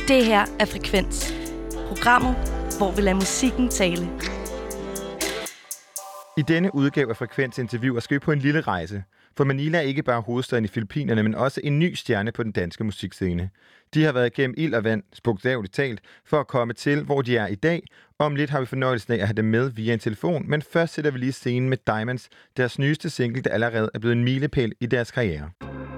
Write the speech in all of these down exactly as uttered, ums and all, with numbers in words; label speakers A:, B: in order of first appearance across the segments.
A: Det her er Frekvens. Programmet, hvor vi lader musikken tale.
B: I denne udgave af Frekvens interviewer skal vi på en lille rejse. For Manila er ikke bare hovedstaden i Filippinerne, men også en ny stjerne på den danske musikscene. De har været gennem ild og vand, bogstaveligt talt, for at komme til, hvor de er i dag. Om lidt har vi fornøjelsen af at have dem med via en telefon, men først sætter vi lige scenen med Diamonds, deres nyeste single, der allerede er blevet en milepæl i deres karriere.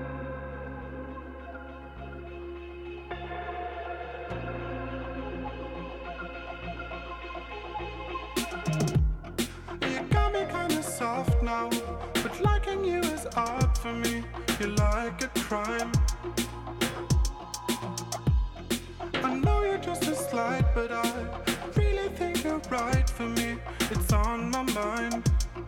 C: For me, you're like a crime. I know you're just a slight, but I really think you're right for me. It's on my mind.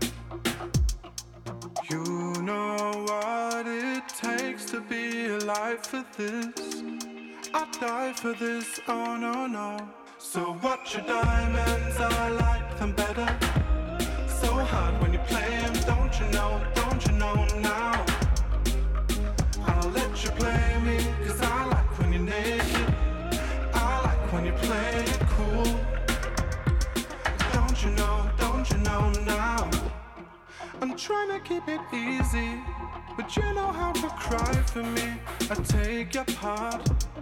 C: You know what it takes to be alive for this. I'd die for this, oh no, no. So watch your diamonds, I like them better. So hard when you play them, don't you know, don't you know now? I'll let you play me, cause I like when you're naked. I like when you play it cool. Don't you know, don't you know now? I'm trying to keep it easy, but you know how to cry for me. I take your part.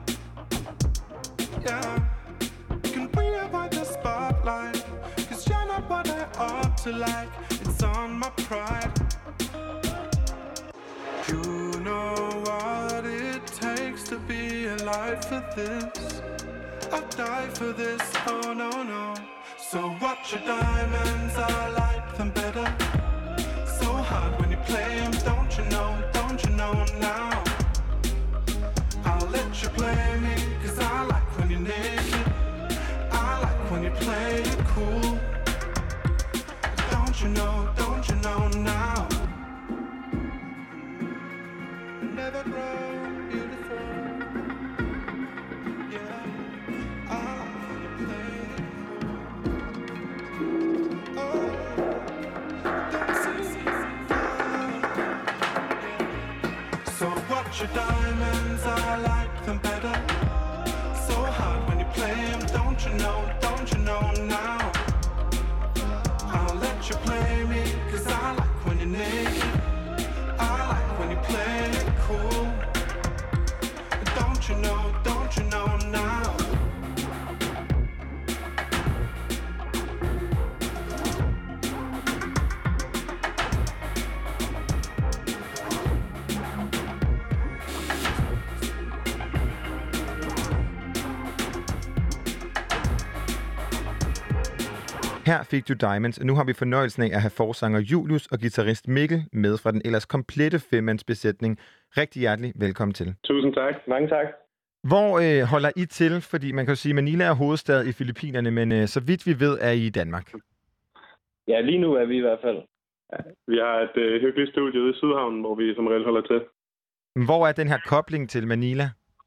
C: Yeah, can we avoid the spotlight? Cause you're not what I ought to like. It's on my pride. You know what it takes to be alive for this. I'd die for this, oh no, no. So watch your diamonds, I like them better. So hard when you play them, don't you know, don't you know now? I'll let you play me, cause I like when you're naked. I like when you play it cool. Don't you know, don't you know now? Never grow beautiful. Yeah, I like when you play it cool. Oh, don't see. So watch your diamonds, I like them better. So hard when you play them, don't you know, don't you know now? I'll let you play me, cause I like when you're naked. I like when you play it cool. Don't you know, don't you know now?
B: Her fik du Diamonds, og nu har vi fornøjelsen af at have forsanger Julius og guitarist Mikkel med fra den ellers komplette femmandsbesætning. Rigtig hjertelig velkommen til.
D: Tusind tak. Mange tak.
B: Hvor øh, holder I til? Fordi man kan jo sige, at Manila er hovedstad i Filippinerne, men øh, så vidt vi ved, er I i Danmark.
D: Ja, lige nu er vi i hvert fald. Ja, vi har et øh, hyggeligt studie ude i Sydhavnen, hvor vi som regel holder til.
B: Hvor er den her kobling til Manila?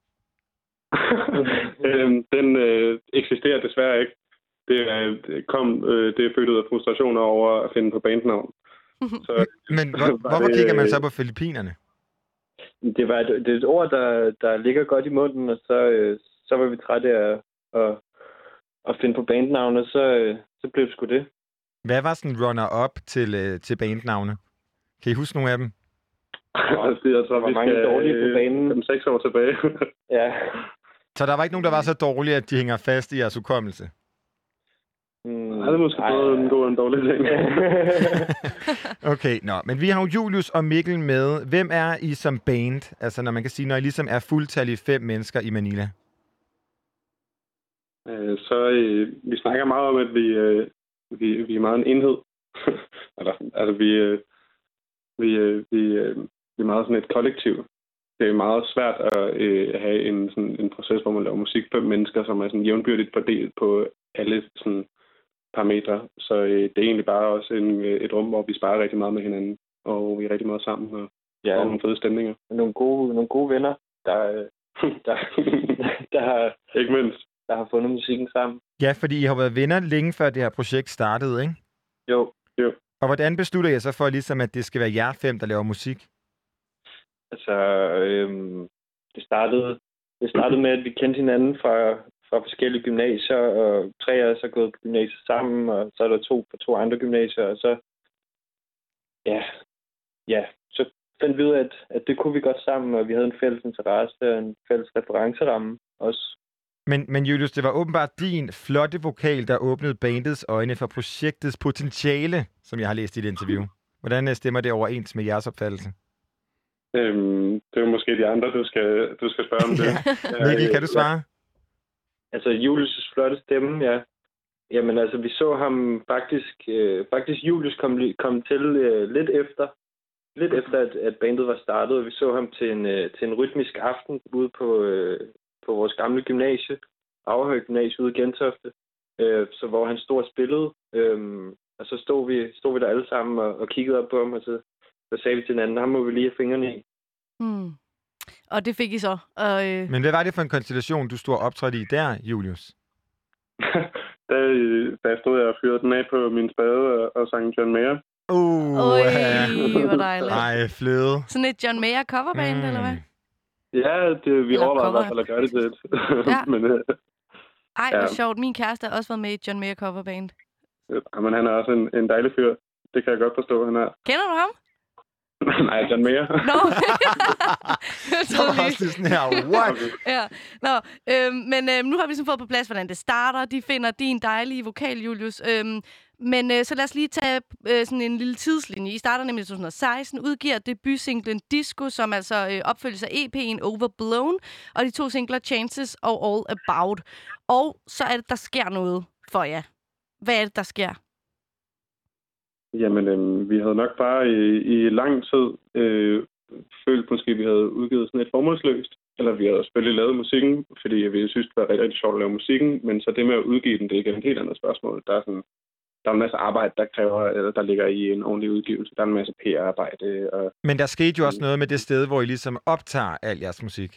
D: øhm, den øh, eksisterer desværre ikke. Det, det kom, øh, det er født ud af frustrationer over at finde på bandnavn. Så,
B: Men hvor, hvorfor
D: det,
B: kigger man så på Filippinerne?
D: Det var et, det er et ord, der, der ligger godt i munden, og så, øh, så var vi trætte af at, at finde på bandnavne, så, øh, så blev det sgu det.
B: Hvad var sådan runner-up til, øh, til bandnavne? Kan I huske nogle af dem?
D: Altså, jeg tror, der var vi mange skal, dårlige på banen. Øh, seks år tilbage. Ja.
B: Så der var ikke nogen, der var så dårlige, at de hænger fast i jeres hukommelse?
D: Mm, det er måske både en god og en dårlig ting.
B: Okay, nå. Men vi har jo Julius og Mikkel med. Hvem er I som band? Altså, når man kan sige, når I ligesom er fuldtallige fem mennesker i Manila.
D: Øh, så øh, vi snakker meget om, at vi, øh, vi, vi er meget en enhed. altså, altså, vi, øh, vi, øh, vi, øh, vi er meget sådan et kollektiv. Det er meget svært at øh, have en, sådan, en proces, hvor man laver musik fem mennesker, som er sådan jævnbyrdigt fordelt på alle sådan parametre. Så øh, det er egentlig bare også en, et rum, hvor vi sparer rigtig meget med hinanden, og vi er rigtig meget sammen, og ja, og nogle fede stemninger. Nogle gode, nogle gode venner, der, der, der, har, ikke mindst. der har fundet musikken sammen.
B: Ja, fordi I har været venner længe før det her projekt startede, ikke?
D: Jo, jo.
B: Og hvordan beslutter jeg så for, ligesom, at det skal være jer fem, der laver musik?
D: Altså, øhm, det startede
E: det startede med, at vi kendte hinanden fra, fra forskellige gymnasier, og tre af os er gået på gymnasiet sammen, og så er der to på to andre gymnasier, og så, ja, ja, så fandt vi ud af, at, at det kunne vi godt sammen, og vi havde en fælles interesse og en fælles referenceramme også.
B: Men, men Julius, det var åbenbart din flotte vokal, der åbnede bandets øjne for projektets potentiale, som jeg har læst i et interview. Hvordan stemmer det overens med jeres opfattelse?
D: Øhm, det er jo måske de andre, du skal, du skal spørge om det.
B: Ja. Mikkel, kan du svare?
E: Altså, Julius' flotte stemme, ja. Jamen altså, vi så ham faktisk... Øh, faktisk Julius kom, kom til øh, lidt efter, lidt efter at, at bandet var startet, og vi så ham til en, øh, til en rytmisk aften ude på, øh, på vores gamle gymnasie, Aarhus Gymnasie ude i Gentofte, øh, så hvor han stod og spillede. Øh, og så stod vi, stod vi der alle sammen og, og kiggede op på ham, og så, så sagde vi til hinanden, ham må vi lige have fingrene i.
A: Hmm. Og det fik I så. Og, øh...
B: Men hvad var det for en konstellation, du stod optrådt i der, Julius?
D: da, da stod jeg og fyrede den af på min spade og, og sang John Mayer.
B: Uh,
A: Oj, hvor dejligt.
B: Ej, fløde.
A: Sådan et John Mayer coverband, mm. eller hvad?
D: Ja, det, vi
A: eller
D: overvejede i hvert fald at gøre det til et.
A: Ja.
D: Men, øh,
A: Ej, hvor
D: ja.
A: sjovt. Min kæreste har også været med i John Mayer coverband.
D: Ja, men han er også en, en dejlig fyr. Det kan jeg godt forstå, han er.
A: Kender du ham?
D: Nej, John Mayer.
A: Nå.
B: Så var også sådan her, what?
A: Ja. Nå, øhm, men øhm, nu har vi så fået på plads, hvordan det starter. De finder din dejlige vokal, Julius. Øhm, men øh, så lad os lige tage øh, sådan en lille tidslinje. I starter nemlig i to tusind og seksten, udgiver debutsinglen Disco, som altså øh, opfølges af E P'en Overblown, og de to singler Chances og All About. Og så er det, der sker noget for jer. Hvad er det, der sker?
D: Jamen, øh, vi havde nok bare i, i lang tid øh, følt, måske vi havde udgivet sådan et formålsløst. Eller vi havde selvfølgelig lavet musikken, fordi vi synes, det var rigtig, rigtig sjovt at lave musikken. Men så det med at udgive den, det er igen et helt andet spørgsmål. Der er, sådan, der er en masse arbejde, der kræver, eller der ligger i en ordentlig udgivelse. Der er en masse P R-arbejde. Og...
B: Men der skete jo også noget med det sted, hvor I ligesom optager al jeres musik.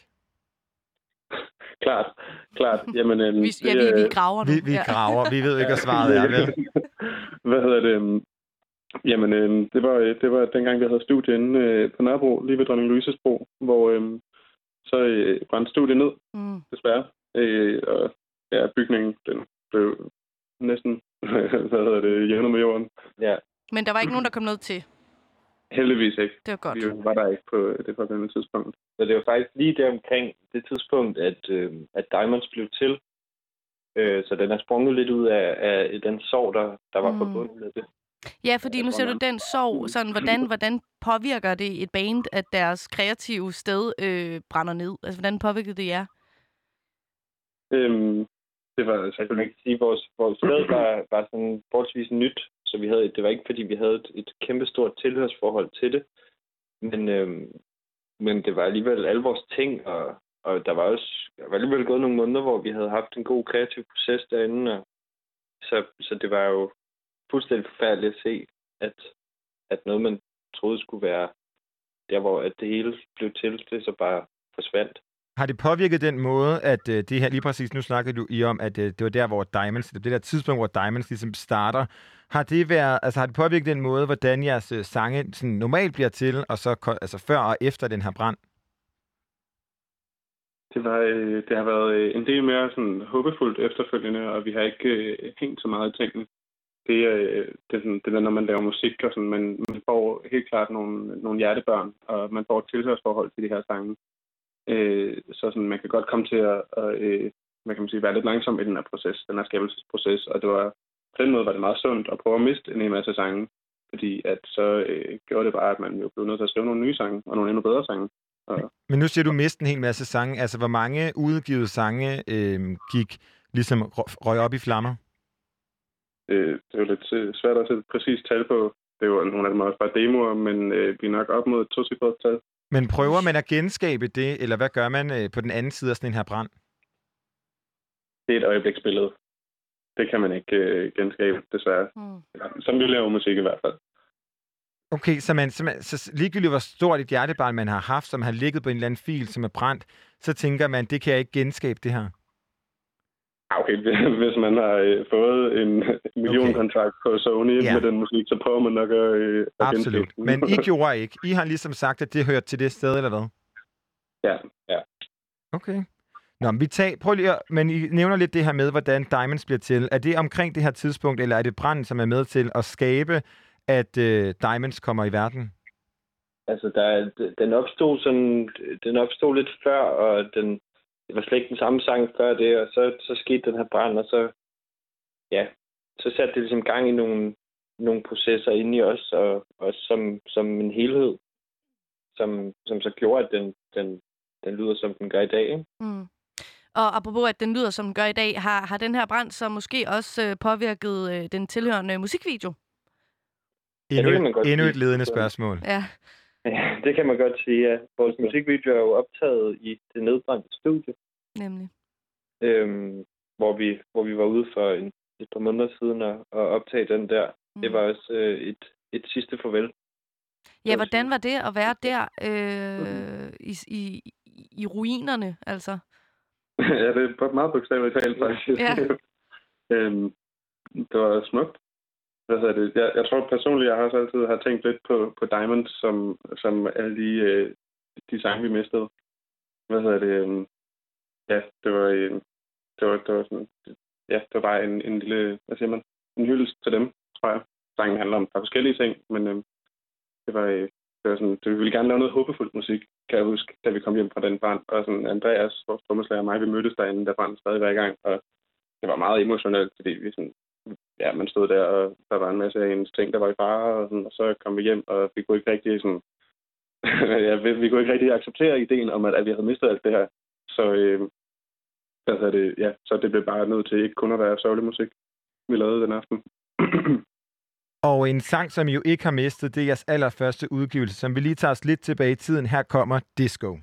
D: klart, klart. Jamen, øh,
A: vi, ja, vi, vi graver nu.
B: Vi, vi graver. Vi ved ikke, hvad svaret er, vel?
D: Hvad hedder det? Jamen, øh, det, var, det var dengang, vi havde studie inde øh, på Nørrebro, lige ved Dronning Louises Bro, hvor øh, så øh, brændte studiet ned,
A: mm.
D: desværre. Øh, og ja, bygningen, den blev næsten, hvad hedder det, jævnet med jorden. Ja.
A: Men der var ikke nogen, der kom noget til?
D: Heldigvis ikke.
A: Det var godt.
D: Vi var der ikke på det pågældende tidspunkt.
E: Så det var faktisk lige der omkring det tidspunkt, at, øh, at Diamonds blev til. Øh, så den er sprunget lidt ud af, af den sorg, der, der var mm. forbundet med det.
A: Ja, fordi nu ser du den sorg, sådan, hvordan, hvordan påvirker det et band, at deres kreative sted øh, brænder ned? Altså, hvordan påvirker det jer?
D: Øhm, det var, altså,
E: jeg kan ikke sige, vores, vores sted var, var sådan forholdsvis nyt, så vi havde, det var ikke, fordi vi havde et, et kæmpestort tilhørsforhold til det, men, øhm, men det var alligevel alle vores ting, og, og der var også der var alligevel gået nogle måneder, hvor vi havde haft en god kreativ proces derinde, og så, så det var jo fuldstændig forfærdeligt at se, at, at noget, man troede skulle være der, hvor at det hele blev til, det så bare forsvandt.
B: Har det påvirket den måde, at øh, det her lige præcis, nu snakker du i om, at øh, det var der, hvor Diamonds, det der tidspunkt, hvor Diamonds ligesom starter. Har det været, altså har det påvirket den måde, hvordan jeres øh, sange sådan, normalt bliver til, og så altså før og efter den her brand?
D: Det, var, øh, det har været øh, en del mere sådan håbefuldt efterfølgende, og vi har ikke øh, hængt så meget i tingene. Det, øh, det, er sådan, det er, når man laver musik, og sådan, man, man får helt klart nogle, nogle hjertebørn, og man får et tilhørsforhold til de her sange. Øh, så sådan, man kan godt komme til at, at øh, man kan sige, være lidt langsom i den her proces, den her skabelsesproces, og det var, på den måde var det meget sundt at prøve at miste en hel masse sange, fordi at så øh, gjorde det bare, at man jo blev nødt til at skrive nogle nye sange, og nogle endnu bedre sange. Og...
B: Men nu siger du miste en hel masse sange, altså hvor mange udgivet sange øh, gik ligesom røg op i flammer?
D: Øh, det er jo lidt svært at sætte et præcist tal på. Det er jo nogle af dem også bare demoer, men øh, vi er nok op mod et tocifret tal.
B: Men prøver man at genskabe det, eller hvad gør man øh, på den anden side af sådan en her brand?
D: Det er et øjebliksbillede. Det kan man ikke øh, genskabe, desværre. Mm. Som vi laver musik i hvert fald.
B: Okay, så, man, så, man, så ligegyldigt hvor stort et hjertebarn man har haft, som har ligget på en eller anden fil, som er brændt, så tænker man, det kan jeg ikke genskabe det her.
D: Okay, hvis man har øh, fået en millionkontrakt okay. på Sony ja. med den musik, så prøver man nok at, øh, at
B: Absolut, men I gjorde ikke. I har ligesom sagt, at det hørte til det sted, eller hvad?
D: Ja, ja.
B: Okay. Nå, men vi tager, prøv lige at, men I nævner lidt det her med, hvordan Diamonds bliver til. Er det omkring det her tidspunkt, eller er det branden, som er med til at skabe, at øh, Diamonds kommer i verden?
E: Altså, der, den opstod sådan, den opstod lidt før, og den, det var slet ikke den samme sang før det, og så, så skete den her brand, og så, ja, så satte det ligesom gang i nogle, nogle processer inde i os, og, og som, som en helhed, som, som så gjorde, at den, den, den lyder, som den gør i dag, ikke?
A: Mm. Og apropos, at den lyder, som den gør i dag, har, har den her brand så måske også øh, påvirket øh, den tilhørende musikvideo?
B: Endnu,
E: ja,
B: et, endnu et ledende spørgsmål.
A: Ja.
E: Ja, det kan man godt sige, ja. Vores musikvideo er jo optaget i det nedbrændte studie.
A: Nemlig.
E: Øhm, hvor, vi, hvor vi var ude for en, et par måneder siden og, og optage den der. Mm. Det var også øh, et, et sidste farvel.
A: Ja, hvordan var det at være der øh, i, i, i ruinerne, altså?
D: Ja, det er meget bogstaveligt talt, faktisk.
A: Ja.
D: øhm, det var smukt. Hvad hedder det? Jeg, jeg tror personligt, jeg har også altid har tænkt lidt på, på Diamonds, som, som alle de, øh, de sange, vi mistede. Hvad hedder det? Øh, ja, det var, øh, det var, det var sådan, ja, det var bare en, en lille, hvad siger man, en hyldest til dem, tror jeg. Sangen handler om et par forskellige ting, men øh, det var, øh, det var sådan, det, vi ville gerne lave noget håbefuldt musik, kan jeg huske, da vi kom hjem fra den brand. Og sådan Andreas, vores trommeslager, og mig, vi mødtes derinde, da branden stadig var i gang, og det var meget emotionelt, fordi vi sådan, ja, man stod der, og der var en masse af ens ting, der var i fare, og, sådan, og så kom vi hjem, og vi kunne ikke rigtig sådan, ja, vi, vi kunne ikke rigtig acceptere ideen om, at, at vi havde mistet alt det her. Så, øh, altså det, ja, så det blev bare nødt til ikke kun at være sørgelig musik, vi lavede den aften.
B: Og en sang, som I jo ikke har mistet, det er jeres allerførste udgivelse, som vi lige tager os lidt tilbage i tiden. Her kommer Disco.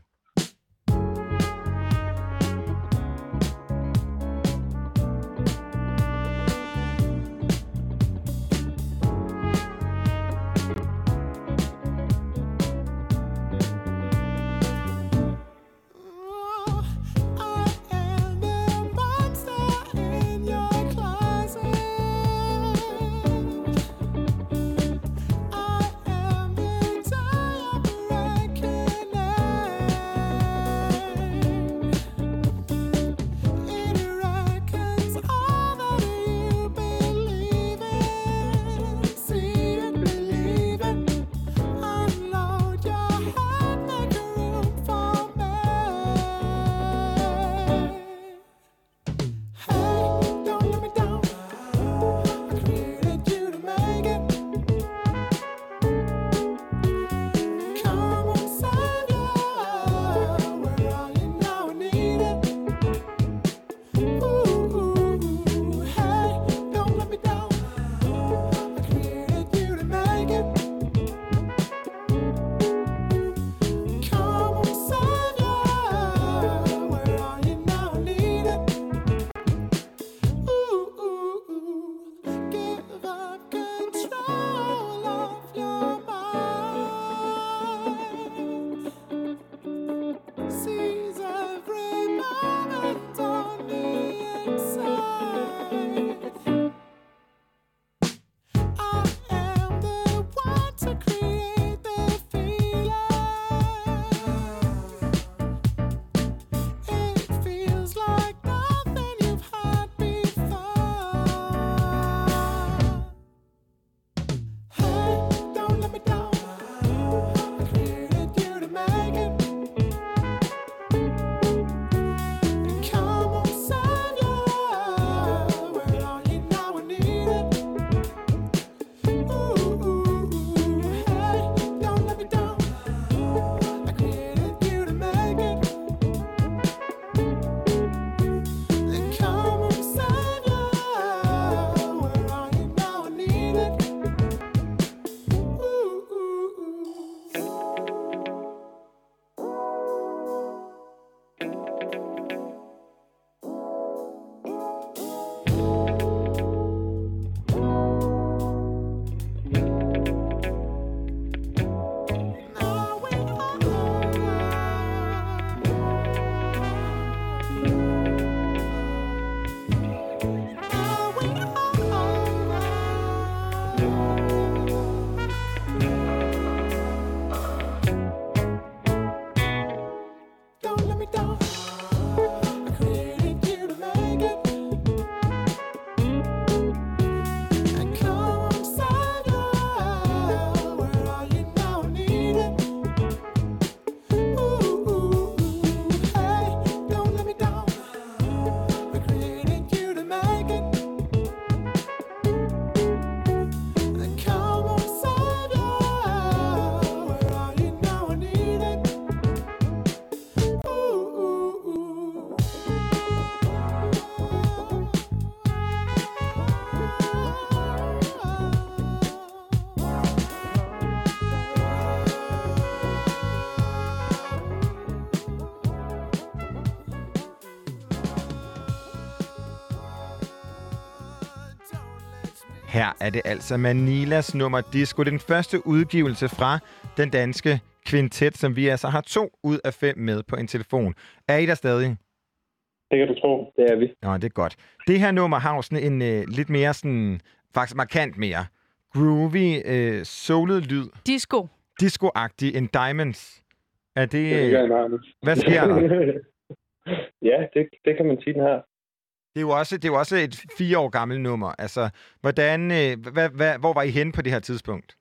B: Her er det altså Manilas nummer Disco. Det er den første udgivelse fra den danske kvintet, som vi altså har to ud af fem med på en telefon. Er I der stadig?
E: Det kan du tro. Det er vi.
B: Nå, det er godt. Det her nummer har jo sådan en øh, lidt mere sådan, faktisk markant mere groovy, øh, soulet lyd.
A: Disco.
B: Disco-agtig, en Diamonds. Er det...
E: Det er
B: Hvad sker der?
E: ja, det, det kan man sige, den her.
B: Det er jo også, det er jo også et fire år gammelt nummer. Altså, hvordan, øh, hvad, hvad, hvor var I henne på det her tidspunkt?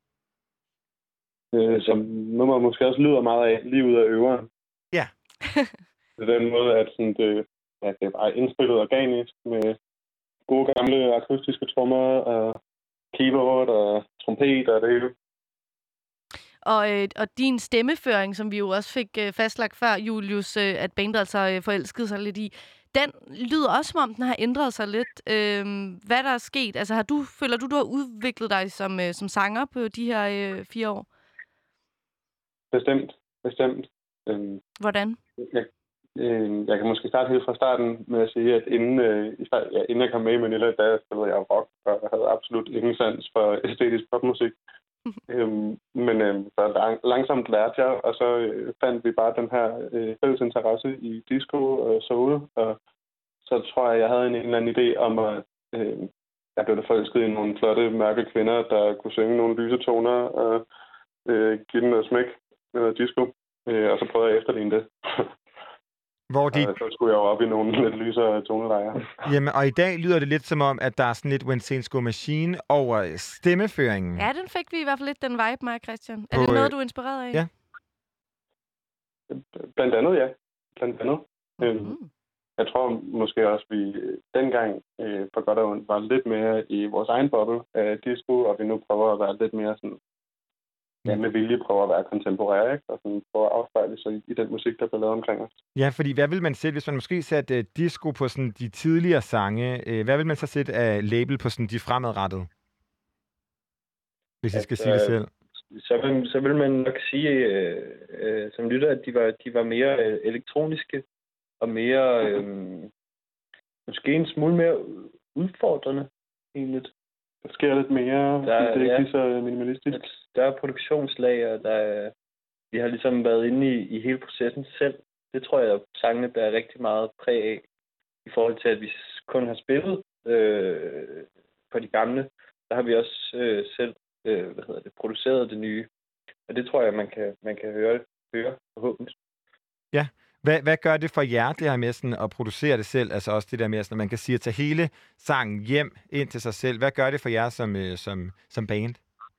D: Øh, som nummer måske også lyder meget af, lige ud af øveren.
B: Ja.
D: På den måde, at sådan det, ja, det er bare indspillet organisk med gode gamle akustiske trommer og keyboard og trompet og det hele.
A: Og, øh, og din stemmeføring, som vi jo også fik øh, fastlagt før, Julius, øh, at bandet altså øh, forelskede sig lidt i, den lyder også, som om den har ændret sig lidt. Øh, hvad der er sket? Altså, har du, føler du, du har udviklet dig som, øh, som sanger på de her øh, fire år?
D: Bestemt. Bestemt. Øhm,
A: Hvordan?
D: Jeg, øh, jeg kan måske starte helt fra starten med at sige, at inden, øh, ja, inden jeg kom med i Manila, der spillede jeg rock, og jeg havde absolut ingen sans for æstetisk popmusik. øhm, men øh, så lang, langsomt lærte jeg, og så øh, fandt vi bare den her øh, fælles interesse i disco og soul, og så tror jeg, jeg havde en, en eller anden idé om, at øh, jeg blev da forelsket i nogle flotte, mørke kvinder, der kunne synge nogle lyse toner og øh, give den noget smæk med noget disco. Øh, og så prøvede jeg at efterligne det.
B: Hvor de...
D: Og så skulle jeg jo op i nogle lidt lysere tonelejer.
B: Jamen, og i dag lyder det lidt som om, at der er sådan lidt When Saints Go Machine over stemmeføringen.
A: Ja, den fik vi i hvert fald lidt, den vibe, mig og Christian.
B: På,
A: er det noget, du er inspireret af?
B: Ja.
D: Blandt andet, ja. Blandt andet.
A: Mm-hmm.
D: Øhm, jeg tror måske også, at vi dengang øh, på godt og ondt var lidt mere i vores egen boble af disco, og vi nu prøver at være lidt mere sådan, ja, med vilje prøver at være kontemporær, ikke? Og sådan prøver at afspejle sig i, i den musik, der bliver lavet omkring os.
B: Ja, fordi hvad vil man sætte, hvis man måske satte uh, disco på sådan de tidligere sange? Uh, hvad vil man så sætte af label på sådan de fremadrettede? Hvis jeg skal
E: altså,
B: sige det selv.
E: Så vil, så vil man nok sige, øh, øh, som lytter, at de var, de var mere øh, elektroniske og mere, øh, måske en smule mere udfordrende, egentlig.
D: Der sker lidt mere,
E: der,
D: det er
E: ja,
D: ikke så minimalistisk.
E: Der er produktionslag, og der er, vi har ligesom været inde i, i hele processen selv. Det tror jeg, at sangene bærer rigtig meget præg af, i forhold til, at vi kun har spillet øh, på de gamle. Der har vi også øh, selv øh, hvad hedder det, produceret det nye. Og det tror jeg, man kan, man kan høre, høre forhåbentlig.
B: Ja. Hvad, hvad gør det for jer, det her med sådan at producere det selv? Altså også det der med, at man kan sige at tage hele sangen hjem ind til sig selv. Hvad gør det for jer som, øh, som, som band?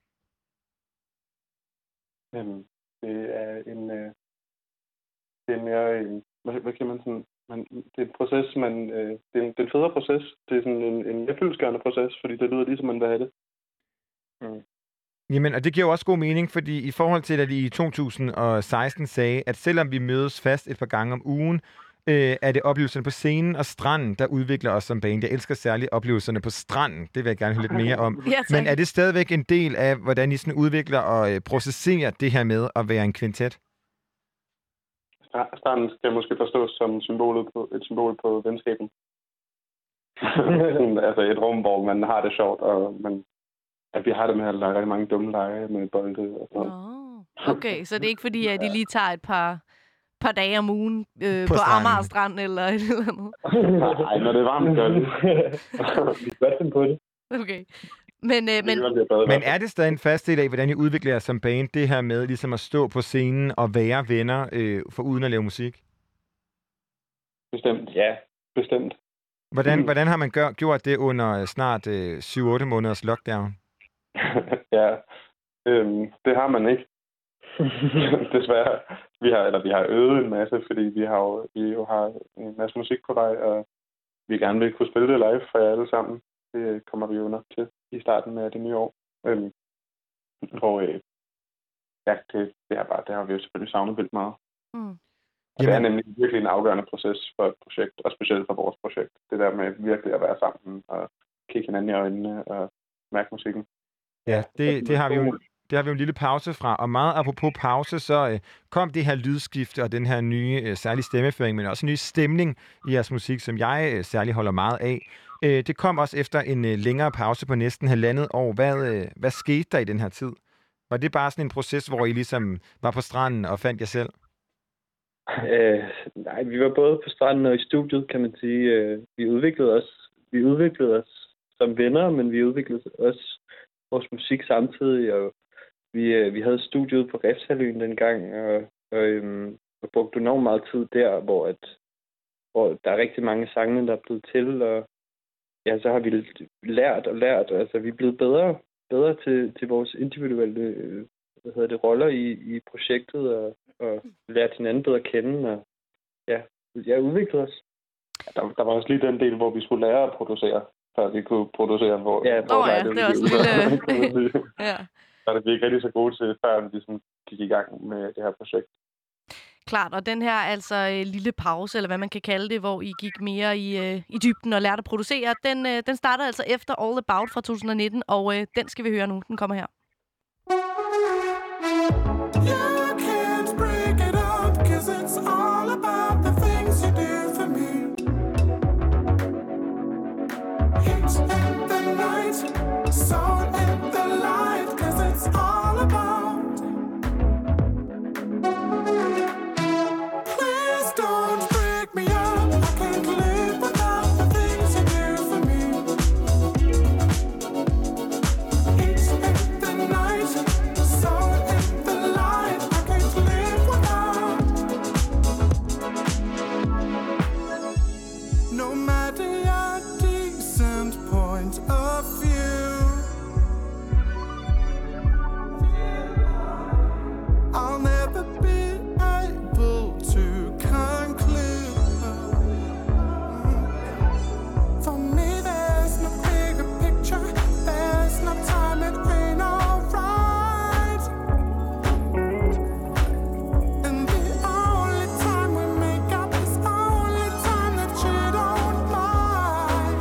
D: Jamen, det er en... Øh, det er mere en... Hvad, hvad kan man sådan... Man, det er en proces, man... Øh, det, er en, det er en federe proces. Det er sådan en, en mere fyldestgørende proces, fordi det lyder ligesom, man vil have det. Mm.
B: Jamen, og det giver jo også god mening, fordi i forhold til, at I i to tusind og seksten sagde, at selvom vi mødes fast et par gange om ugen, øh, er det oplevelserne på scenen og stranden, der udvikler os som band. Jeg elsker særligt oplevelserne på stranden. Det vil jeg gerne høre lidt mere om.
A: Ja,
B: men er det stadigvæk en del af, hvordan I sådan udvikler og øh, processerer det her med at være en kvintet?
D: Stranden skal måske forstås som symbolet på, et symbol på venskaben. Altså et rum, hvor man har det sjovt, og man at vi har det med at lege rigtig mange dumme lege med bolde og sådan noget.
A: Oh, okay, så det er ikke fordi, at de lige tager et par, par dage om ugen øh, på, på Amager Strand eller et eller andet?
D: Nej, når det er varmt, gør det. Vi gør dem på det.
A: Okay. Men, øh, men,
B: men er det stadig en fast del af, hvordan I udvikler jer som band, det her med ligesom at stå på scenen og være venner øh, for uden at lave musik?
D: Bestemt, ja. Bestemt.
B: Hvordan, mm. hvordan har man gør, gjort det under snart øh, syv otte måneders lockdown?
D: Ja, øhm, det har man ikke. Desværre. Vi har, eller vi har øvet en masse, fordi vi har jo, vi jo har en masse musik på vej, og vi gerne vil kunne spille det live for jer alle sammen. Det kommer vi jo nok til i starten af det nye år. Øhm, og øh, ja, det, det, er bare, det har vi jo selvfølgelig savnet vildt meget. Mm. Og det er nemlig virkelig en afgørende proces for et projekt, og specielt for vores projekt. Det der med virkelig at være sammen og kigge hinanden i øjnene og mærke musikken.
B: Ja, det, det har vi jo det har vi jo en lille pause fra. Og meget apropos pause, så øh, kom det her lydskifte og den her nye øh, særlige stemmeføring, men også en ny stemning i jeres musik, som jeg øh, særlig holder meget af. Øh, det kom også efter en øh, længere pause på næsten halvandet år. Hvad, øh, hvad skete der i den her tid? Var det bare sådan en proces, hvor I ligesom var på stranden og fandt jer selv?
E: Øh, nej, vi var både på stranden og i studiet, kan man sige. Øh, vi udviklede os, vi udviklede os som venner, men vi udviklede også vores musik samtidig, og vi, øh, vi havde studiet på Refshaløen dengang, og, og, øhm, og brugte enormt meget tid der, hvor, at, hvor der er rigtig mange sange, der er blevet til, og ja, så har vi lært og lært, altså vi er blevet bedre, bedre til, til vores individuelle øh, hvad hedder det, roller i, i projektet, og, og lært hinanden bedre at kende, og ja, jeg udviklede os.
D: Der, der var også lige den del, hvor vi skulle lære at producere, før vi kunne producere hvor.
E: Ja,
A: Åh oh, ja, det er også en lille... ja.
D: Så er det vi ikke rigtig så gode til, før vi sådan gik i gang med det her projekt.
A: Klart, og den her altså øh, lille pause, eller hvad man kan kalde det, hvor I gik mere i, øh, i dybden og lærte at producere, den, øh, den starter altså efter All About fra to tusind nitten, og øh, den skal vi høre nu. Den kommer her.
C: You can't break it up, 'cause it's all about the things you do for me. Heat in the night, soul in the light, 'cause it's all about. Please don't break me up, I can't live without the things you do for me. Heat in the night, soul in the light, I can't live without. No matter your decent point of view, I'll never be able to conclude. For me, there's no bigger picture, there's no time, it ain't alright. And the only time we make up is only time that you don't mind.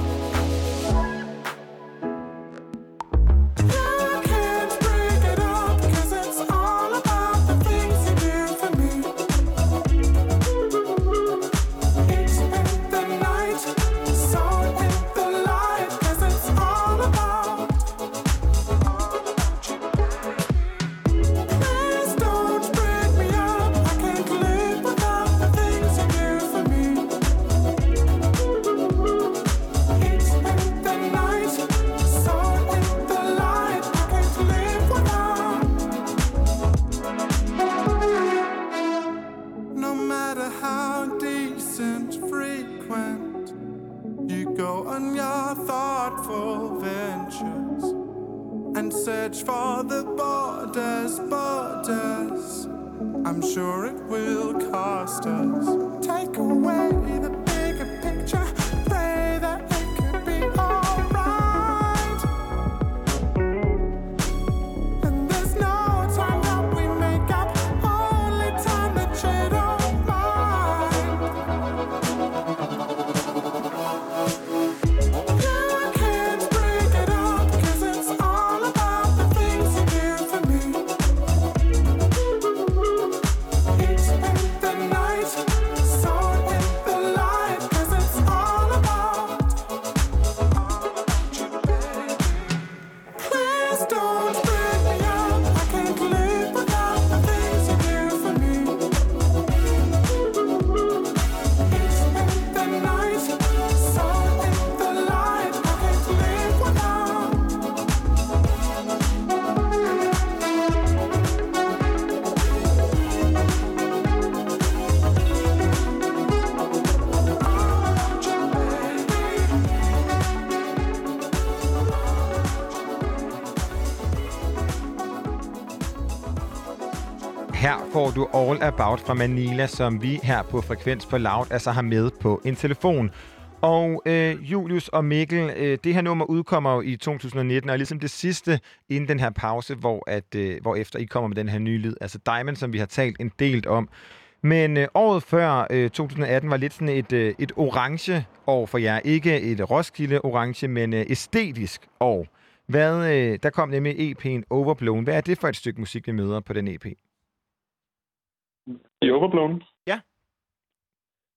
C: You can't break it up, 'cause it's all about the things you do for me. Heat in the night, soul in the light, 'cause it's all about. Please don't break me up, I can't live without the things you do for me. Heat in the night, soul in the light, I can't live without. No matter how decent, frequent, you go on your thoughtful ventures and search for the borders, borders. I'm sure it will cost us. Take away the bigger picture, pray that it could be alright. And there's no time that we make up, only time that you don't mind. You can't break it up, 'cause it's all about the things you do for me. Heat in the night, soul in the light, 'cause it's all about. Please don't break me up, I can't live without the things you do for me. Heat in the night, soul in the light, I can't live without.
B: Her får du All About fra Manila, som vi her på Frekvens på Loud altså har med på en telefon. Og øh, Julius og Mikkel, øh, det her nummer udkommer jo i to tusind nitten, og er ligesom det sidste inden den her pause, hvor, at, øh, hvor efter I kommer med den her nye lyd, altså Diamond, som vi har talt en del om. Men øh, året før, øh, to tusind atten, var lidt sådan et, øh, et orange år for jer. Ikke et Roskilde orange, men øh, æstetisk år. Hvad, øh, der kom nemlig E P'en Overblown. Hvad er det for et stykke musik, vi møder på den E P?
D: I Overblown?
B: Ja.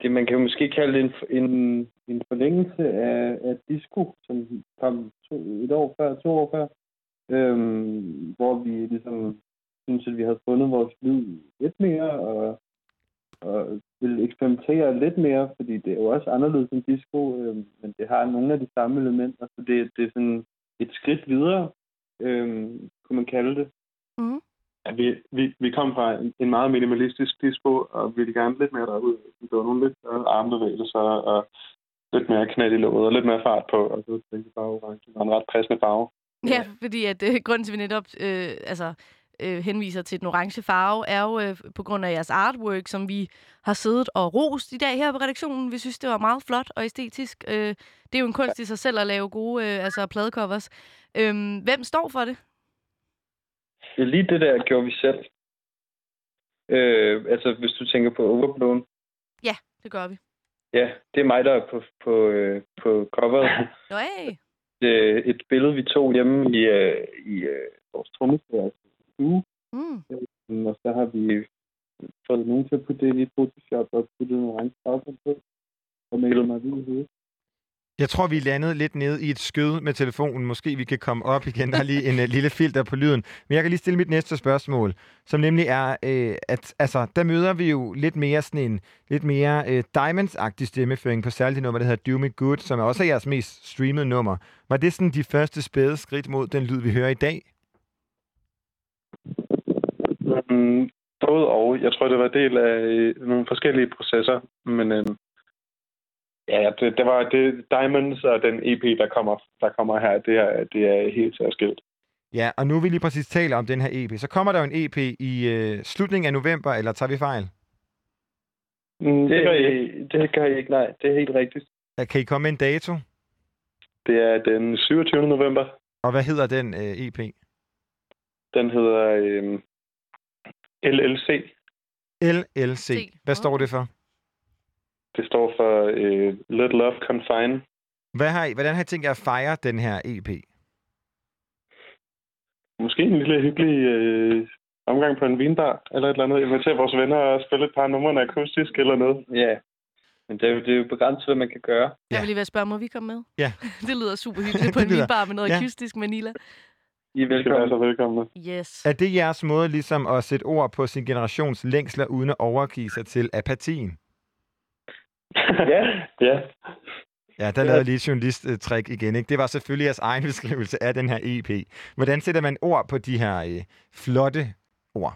E: det, man kan jo måske kalde det en, en, en forlængelse af, af disco, som kom to, et år før, to år før, øhm, hvor vi ligesom synes, at vi har fundet vores lyd lidt mere, og, og vil eksperimentere lidt mere, fordi det er jo også anderledes end disco, øhm, men det har nogle af de samme elementer, så det, det er sådan et skridt videre, øhm, kunne man kalde det.
A: Mm.
D: Ja, vi, vi, vi kom fra en, en meget minimalistisk disco, og ville gerne lidt mere derude. Det var nogle lidt større armbevægelser, og lidt mere knald i låget, og lidt mere fart på, og så tænkte jeg bare orange. Det var en ret passende farve.
A: Ja, fordi at øh, grunden til, at vi netop øh, altså, øh, henviser til den orange farve, er jo øh, på grund af jeres artwork, som vi har siddet og rost i dag her på redaktionen. Vi synes, det var meget flot og æstetisk. Øh, det er jo en kunst i sig selv at lave gode øh, altså, pladecovers. Øh, hvem står for det?
E: Ja, lige det der gjorde vi selv. Øh, altså, hvis du tænker på Overblown.
A: Ja, det gør vi.
E: Ja, det er mig, der er på, på, øh, på coveret.
A: Nå, hey.
E: Det et billede, vi tog hjemme i, øh, i øh, vores trommeslærs uge.
A: Mm.
E: Og så har vi fået nogen til at putte det i Photoshop og putte en orange farve på. Og malet mig hvid i hovedet.
B: Jeg tror, vi er landet lidt nede i et skød med telefonen. Måske vi kan komme op igen. Der er lige en uh, lille filter på lyden. Men jeg kan lige stille mit næste spørgsmål, som nemlig er, øh, at altså, der møder vi jo lidt mere sådan en lidt mere øh, Diamonds-agtig stemmeføring på særligt det nummer, der hedder Do Me Good, som er også er jeres mest streamede nummer. Var det sådan de første spæde skridt mod den lyd, vi hører i dag?
D: Mm, både og. Jeg tror, det var del af øh, nogle forskellige processer, men øh, ja, det, det var det Diamonds og den E P, der kommer, der kommer her, det er, det er helt særskilt.
B: Ja, og nu vil vi lige præcis tale om den her E P. Så kommer der jo en E P i øh, slutningen af november, eller tager vi fejl?
E: Mm, det, gør I, det gør I ikke, nej. Det er helt rigtigt.
B: Kan I komme med en dato?
D: Det er den syvogtyvende november.
B: Og hvad hedder den øh, E P?
D: Den hedder øh, L L C.
B: L L C. Hvad står det for?
D: Det står for øh, Let Love Confine.
B: Hvad har I, hvordan har I tænkt jer at fejre den her E P?
D: Måske en lille hyggelig øh, omgang på en vinbar, eller et eller andet. Inviterer vores venner og spille et par numre akustisk eller noget.
E: Ja, men det er, jo, det er jo begrænset, hvad man kan gøre.
A: Jeg vil lige være spørge, må vi komme med?
B: Ja.
A: Det lyder super hyggeligt på en
B: lyder...
A: vinbar med noget
B: ja.
A: akustisk med Nila.
E: I er velkommen.
D: Så velkommen.
A: Yes.
B: Er det jeres måde ligesom at sætte ord på sin generations længsler, uden at overgive sig til apatien?
E: Ja.
D: Ja.
B: Ja, der lavede lige et journalist-trick igen, ikke? Det var selvfølgelig jeres egen beskrivelse af den her E P. Hvordan sætter man ord på de her øh, flotte ord?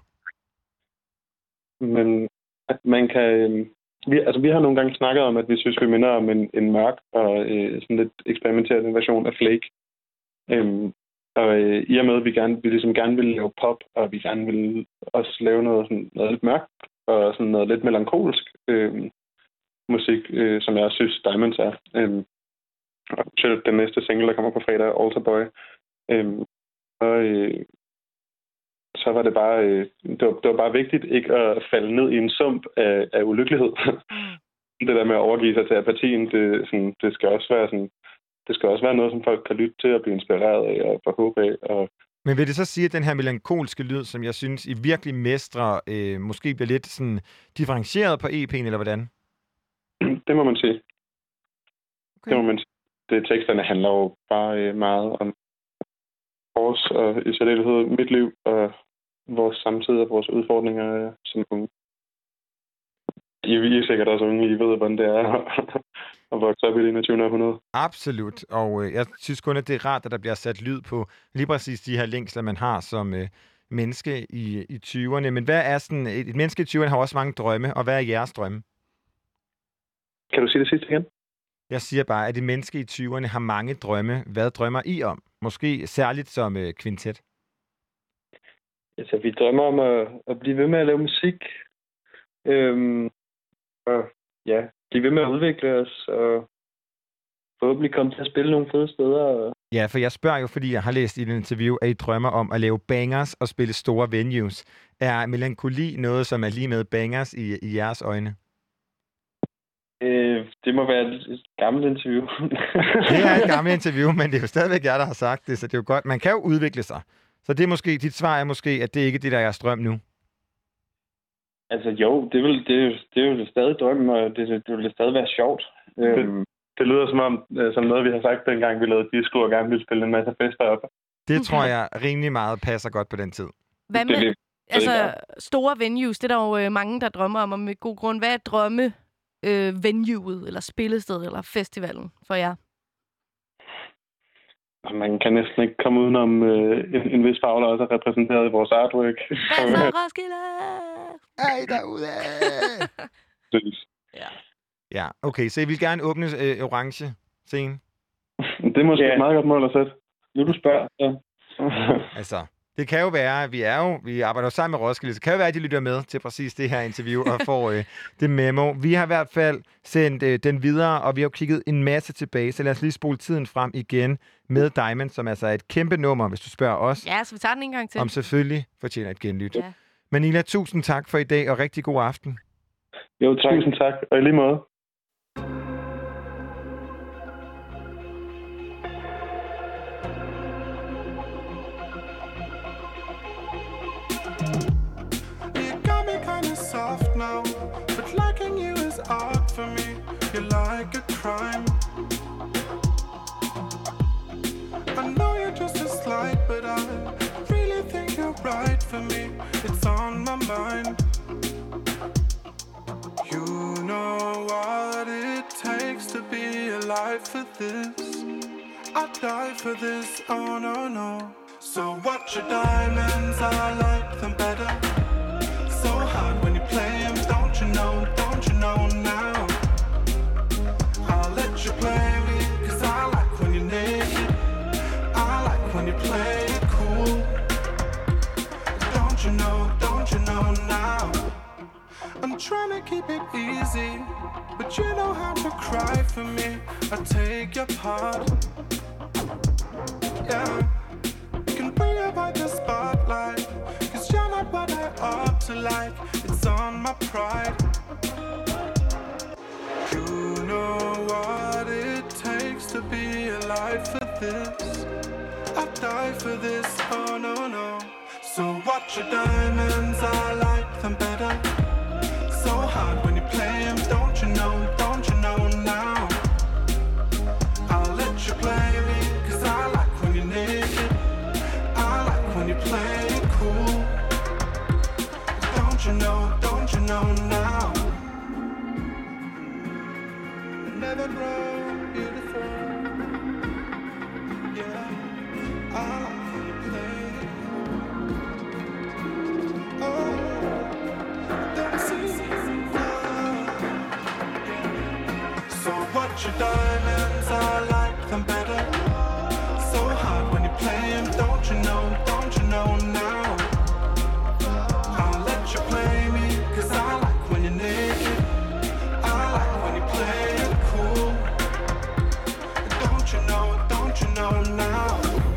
D: Men man kan... Øh, vi, altså, vi har nogle gange snakket om, at vi synes, vi minder om en, en mørk og øh, sådan lidt eksperimenterende version af Flake. Øhm, og øh, i og med, at vi, gerne, vi ligesom gerne vil lave pop, og vi gerne vil også lave noget, sådan, noget lidt mørkt, og sådan noget lidt melankolsk øh, musik, øh, som jeg synes, Diamonds er. Øh, og selv den næste single, der kommer på fredag, Altar Boy. Øh, og øh, så var det bare, øh, det, var, det var bare vigtigt ikke at falde ned i en sump af, af ulykkelighed. Det der med at overgive sig til apatien, det, sådan, det skal også være sådan, det skal også være noget, som folk kan lytte til og blive inspireret af og få håb af. Og...
B: Men vil det så sige, at den her melankolske lyd, som jeg synes, I virkelig mestrer, øh, måske bliver lidt sådan differentieret på E P'en, eller hvordan?
D: Det må man sige.
A: Okay.
D: Det må man sige. Det, teksterne handler jo bare øh, meget om vores, og i særdeleshed mit liv, og vores samtid og vores udfordringer øh, som unge. I, I er sikkert også unge, I ved, hvordan det er at vokse op i det enogtyvende århundrede.
B: Absolut, og øh, jeg synes kun, at det er rart, at der bliver sat lyd på lige præcis de her længsler, man har som øh, menneske i, i tyverne. Men hvad er sådan, et, et menneske i tyverne har også mange drømme, og hvad er jeres drømme?
D: Kan du sige det sidste igen?
B: Jeg siger bare, at et menneske i tyverne har mange drømme. Hvad drømmer I om? Måske særligt som øh, kvintet.
E: Altså, vi drømmer om at, at blive ved med at lave musik. Øhm, og ja, blive ved med at udvikle os, og forhåbentlig komme til at spille nogle fede steder. Og...
B: Ja, for jeg spørger jo, fordi jeg har læst i et interview, at I drømmer om at lave bangers og spille store venues. Er melankoli noget, som er lige med bangers i, i jeres øjne?
E: Øh, det må være et gammelt interview.
B: Det er et gammelt interview, men det er jo stadigvæk jer, der har sagt det, så det er jo godt. Man kan jo udvikle sig. Så det er måske, dit svar er måske, at det ikke er det, der er jeres drøm nu.
E: Altså jo, det vil, det, det vil stadig drømme, og det, det vil stadig være sjovt.
D: Det,
E: Øhm,
D: det lyder som om, øh, som noget, vi har sagt dengang, vi lavede disco og gerne ville spille en masse fester op.
B: Det tror jeg rimelig meget passer godt på den tid.
A: Hvad
E: det,
A: med
E: det,
A: altså, store venues? Det er der jo øh, mange, der drømmer om, og med god grund. Hvad er drømme øh, venuet, eller spillestedet, eller festivalen for jer?
D: Man kan næsten ikke komme udenom øh, en, en vis Fagler også er repræsenteret i vores artwork.
A: Hvad så, Roskilde?
B: Ej, derude!
A: Ja.
B: Ja, okay, så I vil gerne åbne øh, orange scene?
D: Det er måske
E: Ja.
D: et meget godt mål at sætte.
E: nu du spørger, så...
B: Altså, det kan jo være, vi er jo, vi arbejder jo sammen med Roskilde, så kan jo være, at de lytter med til præcis det her interview og får øh, det memo. Vi har i hvert fald sendt øh, den videre, og vi har jo kigget en masse tilbage, så lad os lige spole tiden frem igen med Diamond, som altså er et kæmpe nummer, hvis du spørger os,
A: Ja, så vi tager den en gang til.
B: om selvfølgelig fortjener et genlyt.
A: Ja.
B: Manila, tusind tak for i dag, og rigtig god aften.
D: Jo, tusind tak. Og i lige måde.
C: You got me kinda soft now, but liking you is art for me. You're like a crime. I know you're just a slight, but I really think you're right for me. It's on my mind. You know what it takes to be alive for this. I'd die for this, oh no, no. So watch your diamonds, I like them better. So hard when you play them, don't you know, don't you know now? I'll let you play me, cause I like when you're naked. I like when you play it cool. Don't you know, don't you know now? I'm trying to keep it easy, but you know how to cry for me. I take your part. Yeah, can bring about the spotlight, cause you're not what I ought to like. It's on my pride. You know what it takes to be alive for this. I'd die for this, oh no, no. So watch your diamonds, I like them better. So hard when you play them, don't you know, don't you know now? I'll let you play me, cause I like when you're naked. I like when you play it cool. Don't you know, don't you know now? Never grow beautiful. Yeah, I like when you play it. Oh, don't see love. So watch your diamonds, I like them better. So hard when you play them, don't you know, don't you know now? I'll let you play me, cause I like when you're naked. I like when you play it cool. Don't you know, don't you know now?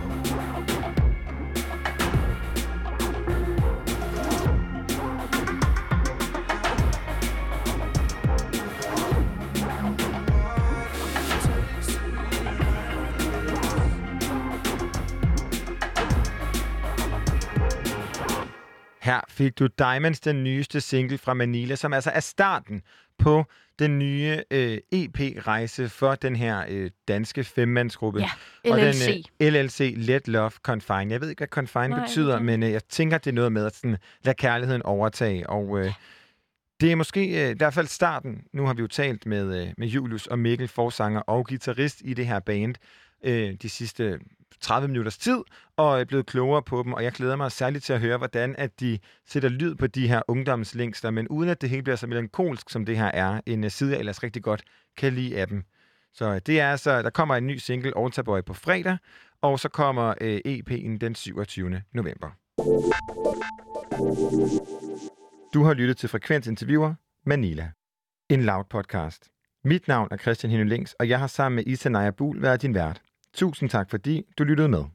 B: Her fik du Diamonds, den nyeste single fra Manila, som altså er starten på den nye øh, E P-rejse for den her øh, danske femmandsgruppe.
A: Ja,
B: Og
A: L
B: den
A: L C.
B: øh, L L C, Let Love Confine. Jeg ved ikke, hvad Confine
A: Nej,
B: betyder,
A: okay.
B: men øh, jeg tænker, det er noget med at sådan, lade kærligheden overtage. Og øh, det er måske øh, i hvert fald starten. Nu har vi jo talt med, øh, med Julius og Mikkel, forsanger og guitarist i det her band, øh, de sidste tredive minutters tid, og er blevet klogere på dem, og jeg glæder mig særligt til at høre, hvordan at de sætter lyd på de her ungdomslængster, men uden at det hele bliver så melankolsk, som det her er, en side, jeg ellers rigtig godt kan lide af dem. Så det er altså, der kommer en ny single, Altarboy, på fredag, og så kommer øh, E P'en den syvogtyvende november. Du har lyttet til Frekvens Interviewer, Manila. En loud podcast. Mit navn er Christian Henning Lings, og jeg har sammen med Isa Naja Buhl været din vært. Tusind tak, fordi du lyttede med.